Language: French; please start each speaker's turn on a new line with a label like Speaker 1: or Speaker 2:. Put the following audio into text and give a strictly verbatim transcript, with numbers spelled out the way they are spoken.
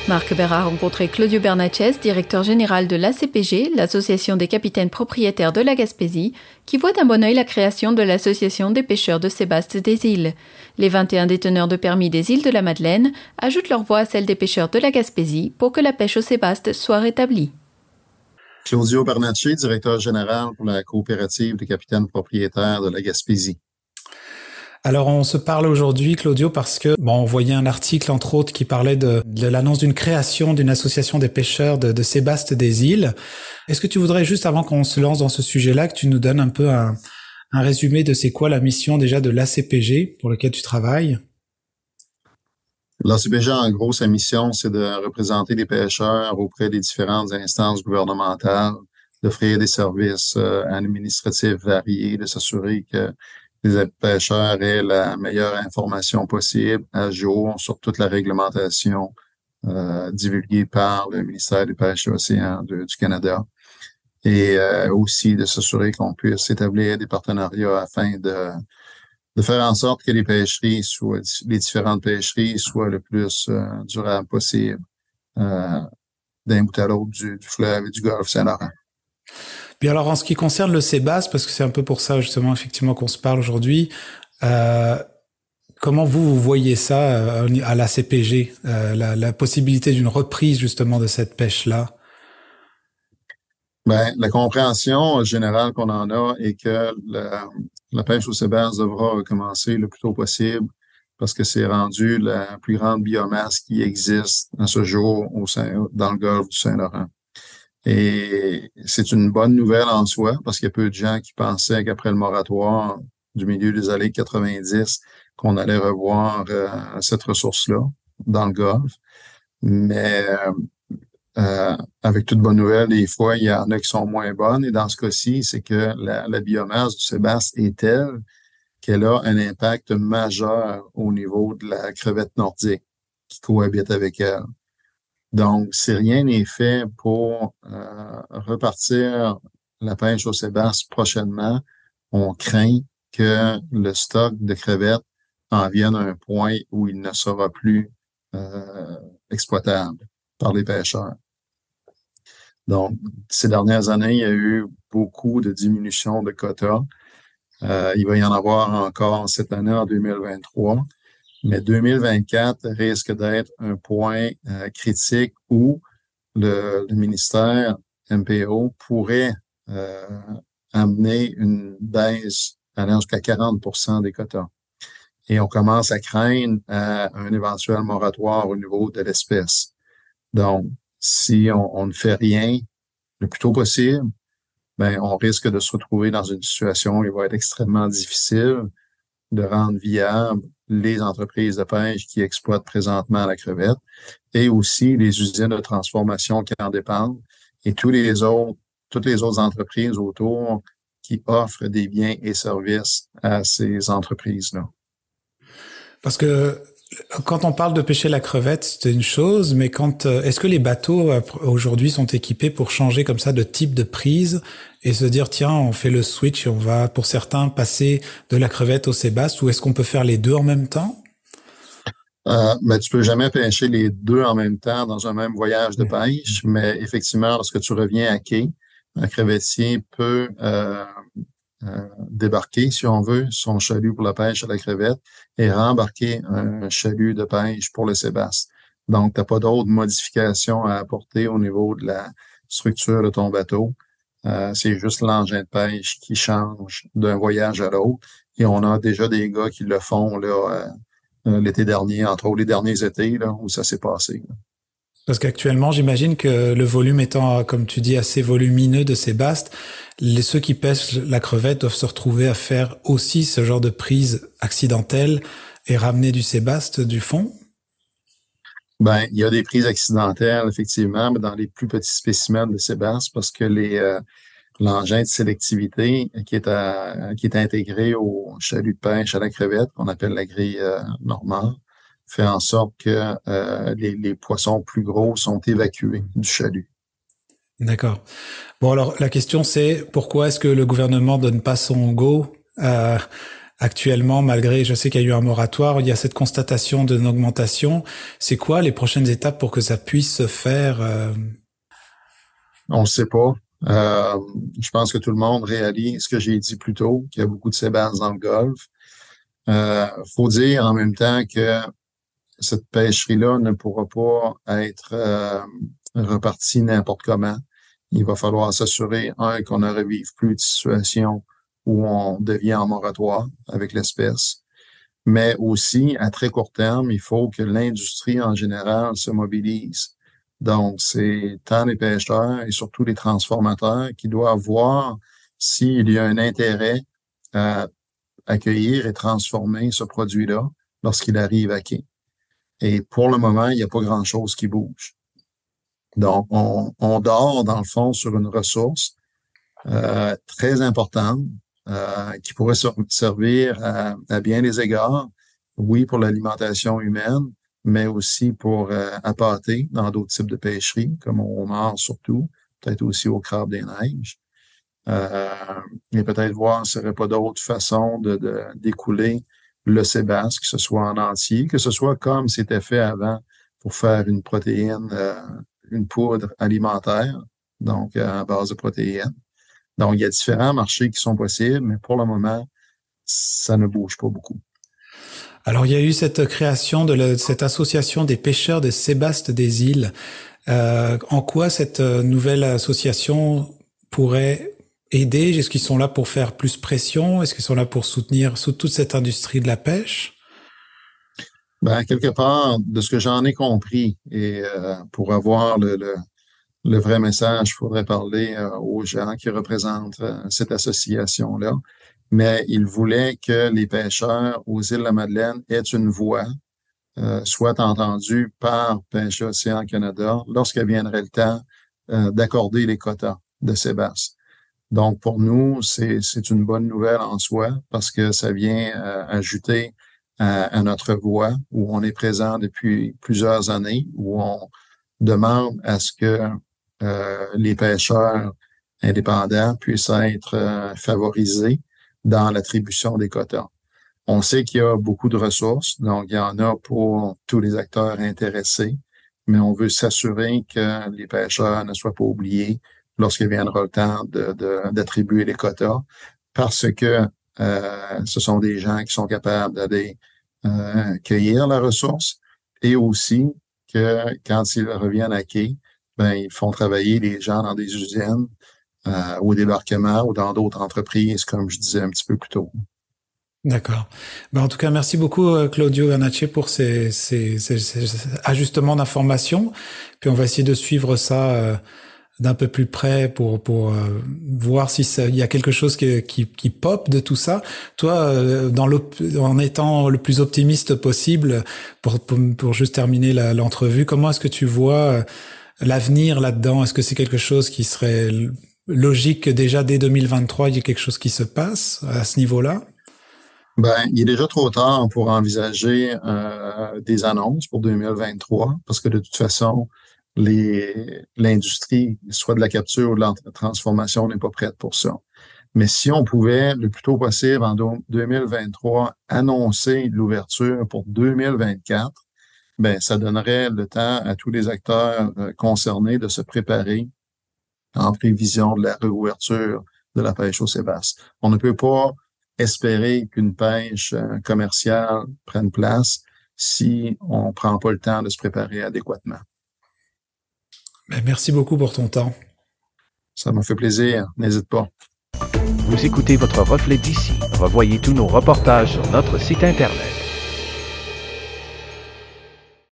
Speaker 1: Marc Bert a rencontré Claudio Bernatchez, directeur général de l'A C P G, l'Association des capitaines propriétaires de la Gaspésie, qui voit d'un bon œil la création de l'Association des pêcheurs de sébaste des îles. Les vingt et un déteneurs de permis des îles de la Madeleine ajoutent leur voix à celle des pêcheurs de la Gaspésie pour que la pêche au sébaste soit rétablie.
Speaker 2: Claudio Bernatchez, directeur général pour la coopérative des capitaines propriétaires de la Gaspésie.
Speaker 3: Alors, on se parle aujourd'hui, Claudio, parce que bon, on voyait un article, entre autres, qui parlait de, de l'annonce d'une création d'une association des pêcheurs de, de sébaste des îles. Est-ce que tu voudrais, juste avant qu'on se lance dans ce sujet-là, que tu nous donnes un peu un, un résumé de c'est quoi la mission déjà de l'A C P G pour laquelle tu travailles?
Speaker 2: L'A C P G, en gros, sa mission, c'est de représenter les pêcheurs auprès des différentes instances gouvernementales, d'offrir des services euh, administratifs variés, de s'assurer que les pêcheurs aient la meilleure information possible à jour sur toute la réglementation euh, divulguée par le ministère des Pêches et Océans de, du Canada. Et euh, aussi de s'assurer qu'on puisse établir des partenariats afin de, de faire en sorte que les pêcheries soient, les différentes pêcheries soient le plus euh, durables possible euh, d'un bout à l'autre du, du fleuve et du golfe Saint-Laurent.
Speaker 3: Puis alors, en ce qui concerne le sébaste, parce que c'est un peu pour ça, justement, effectivement, qu'on se parle aujourd'hui, euh, comment vous, vous voyez ça euh, à l'A C P G, euh, la, la possibilité d'une reprise, justement, de cette pêche-là?
Speaker 2: Ben, la compréhension générale qu'on en a est que la, la pêche au sébaste devra recommencer le plus tôt possible parce que c'est rendu la plus grande biomasse qui existe à ce jour au Saint, dans le golfe du Saint-Laurent. Et c'est une bonne nouvelle en soi parce qu'il y a peu de gens qui pensaient qu'après le moratoire du milieu des années quatre-vingt-dix, qu'on allait revoir euh, cette ressource-là dans le golfe. Mais euh, euh, avec toute bonne nouvelle, des fois, il y en a qui sont moins bonnes. Et dans ce cas-ci, c'est que la, la biomasse du sébaste est telle qu'elle a un impact majeur au niveau de la crevette nordique qui cohabite avec elle. Donc, si rien n'est fait pour euh, repartir la pêche au sébaste prochainement, on craint que le stock de crevettes en vienne à un point où il ne sera plus euh, exploitable par les pêcheurs. Donc, ces dernières années, il y a eu beaucoup de diminution de quotas. Euh, il va y en avoir encore cette année, en deux mille vingt-trois. Mais deux mille vingt-quatre risque d'être un point euh, critique où le, le ministère M P O pourrait euh, amener une baisse allant jusqu'à quarante pour cent des quotas. Et on commence à craindre euh, un éventuel moratoire au niveau de l'espèce. Donc, si on, on ne fait rien le plus tôt possible, ben on risque de se retrouver dans une situation où il va être extrêmement difficile de rendre viable les entreprises de pêche qui exploitent présentement la crevette et aussi les usines de transformation qui en dépendent et tous les autres, toutes les autres entreprises autour qui offrent des biens et services à ces entreprises-là.
Speaker 3: Parce que quand on parle de pêcher la crevette, c'est une chose, mais quand est-ce que les bateaux aujourd'hui sont équipés pour changer comme ça de type de prise et se dire tiens, on fait le switch et on va pour certains passer de la crevette au sébaste, ou est-ce qu'on peut faire les deux en même temps?
Speaker 2: Euh, ben, tu peux jamais pêcher les deux en même temps dans un même voyage de pêche, mais effectivement, lorsque tu reviens à quai, un crevettier peut euh, Euh, débarquer, si on veut, son chalut pour la pêche à la crevette et rembarquer un chalut de pêche pour le sébaste. Donc, tu n'as pas d'autres modifications à apporter au niveau de la structure de ton bateau. Euh, c'est juste l'engin de pêche qui change d'un voyage à l'autre. Et on a déjà des gars qui le font là euh, l'été dernier, entre autres les derniers étés, là, où ça s'est passé. Là.
Speaker 3: Parce qu'actuellement, j'imagine que le volume étant, comme tu dis, assez volumineux de sébaste, les, ceux qui pêchent la crevette doivent se retrouver à faire aussi ce genre de prise accidentelle et ramener du sébaste du fond?
Speaker 2: Ben, il y a des prises accidentelles, effectivement, mais dans les plus petits spécimens de sébaste, parce que les euh, l'engin de sélectivité qui est à, qui est intégré au chalut de pêche à la crevette, qu'on appelle la grille euh, normale, fait en sorte que euh, les, les poissons plus gros sont évacués du chalut.
Speaker 3: D'accord. Bon, alors la question c'est pourquoi est-ce que le gouvernement donne pas son go euh, actuellement, malgré, je sais qu'il y a eu un moratoire, il y a cette constatation d'une augmentation. C'est quoi les prochaines étapes pour que ça puisse se faire? euh...
Speaker 2: On ne sait pas. Euh, je pense que tout le monde réalise ce que j'ai dit plus tôt, qu'il y a beaucoup de sébaces dans le golfe. Euh, faut dire en même temps que cette pêcherie-là ne pourra pas être euh, repartie n'importe comment. Il va falloir s'assurer, un, qu'on ne revive plus de situation où on devient en moratoire avec l'espèce, mais aussi, à très court terme, il faut que l'industrie en général se mobilise. Donc, c'est tant les pêcheurs et surtout les transformateurs qui doivent voir s'il y a un intérêt à accueillir et transformer ce produit-là lorsqu'il arrive à quai. Et pour le moment, il n'y a pas grand-chose qui bouge. Donc, on, on dort, dans le fond, sur une ressource euh, très importante euh, qui pourrait servir à, à bien des égards, oui, pour l'alimentation humaine, mais aussi pour euh, appâter dans d'autres types de pêcheries, comme au homard surtout, peut-être aussi au crabe des neiges. Euh, et peut-être voir s'il n'y aurait pas d'autres façons de, de, d'écouler le sébasse, que ce soit en entier, que ce soit comme c'était fait avant pour faire une protéine, euh, une poudre alimentaire, donc euh, à base de protéines. Donc, il y a différents marchés qui sont possibles, mais pour le moment, ça ne bouge pas beaucoup.
Speaker 3: Alors, il y a eu cette création de la, cette association des pêcheurs de sébaste des îles. Euh, en quoi cette nouvelle association pourrait aider? Est-ce qu'ils sont là pour faire plus pression? Est-ce qu'ils sont là pour soutenir sous toute cette industrie de la pêche?
Speaker 2: Ben, quelque part, de ce que j'en ai compris, et euh, pour avoir le, le, le vrai message, il faudrait parler euh, aux gens qui représentent euh, cette association-là. Mais ils voulaient que les pêcheurs aux îles de la Madeleine aient une voix, euh, soit entendue par Pêche Océan Canada lorsqu'il viendrait le temps euh, d'accorder les quotas de sébasse. Donc, pour nous, c'est, c'est une bonne nouvelle en soi parce que ça vient euh, ajouter à, à notre voix où on est présent depuis plusieurs années, où on demande à ce que euh, les pêcheurs indépendants puissent être euh, favorisés dans l'attribution des quotas. On sait qu'il y a beaucoup de ressources, donc il y en a pour tous les acteurs intéressés, mais on veut s'assurer que les pêcheurs ne soient pas oubliés lorsqu'il viendra le temps de, de, d'attribuer les quotas, parce que euh, ce sont des gens qui sont capables d'aller euh, cueillir la ressource et aussi que quand ils reviennent à quai, ben ils font travailler les gens dans des usines Euh, au débarquement ou dans d'autres entreprises, comme je disais un petit peu plus tôt.
Speaker 3: D'accord. Ben, en tout cas, merci beaucoup, Claudio Vernacci, pour ces, ces, ces, ces ajustements d'informations. Puis on va essayer de suivre ça euh, d'un peu plus près pour pour euh, voir si ça, il y a quelque chose qui, qui, qui pop de tout ça. Toi, euh, dans en étant le plus optimiste possible, pour, pour, pour juste terminer la, l'entrevue, comment est-ce que tu vois euh, l'avenir là-dedans? Est-ce que c'est quelque chose qui serait logique que déjà dès deux mille vingt-trois, il y ait quelque chose qui se passe à ce niveau-là?
Speaker 2: Ben, il est déjà trop tard pour envisager euh, des annonces pour deux mille vingt-trois parce que de toute façon, les, l'industrie, soit de la capture ou de la transformation, n'est pas prête pour ça. Mais si on pouvait, le plus tôt possible, en deux mille vingt-trois, annoncer l'ouverture pour deux mille vingt-quatre, ben, ça donnerait le temps à tous les acteurs euh, concernés de se préparer en prévision de la réouverture de la pêche au sébasse. On ne peut pas espérer qu'une pêche euh, commerciale prenne place si on ne prend pas le temps de se préparer adéquatement.
Speaker 3: Merci beaucoup pour ton temps.
Speaker 2: Ça m'a fait plaisir. N'hésite pas.
Speaker 4: Vous écoutez votre reflet d'ici. Revoyez tous nos reportages sur notre site Internet.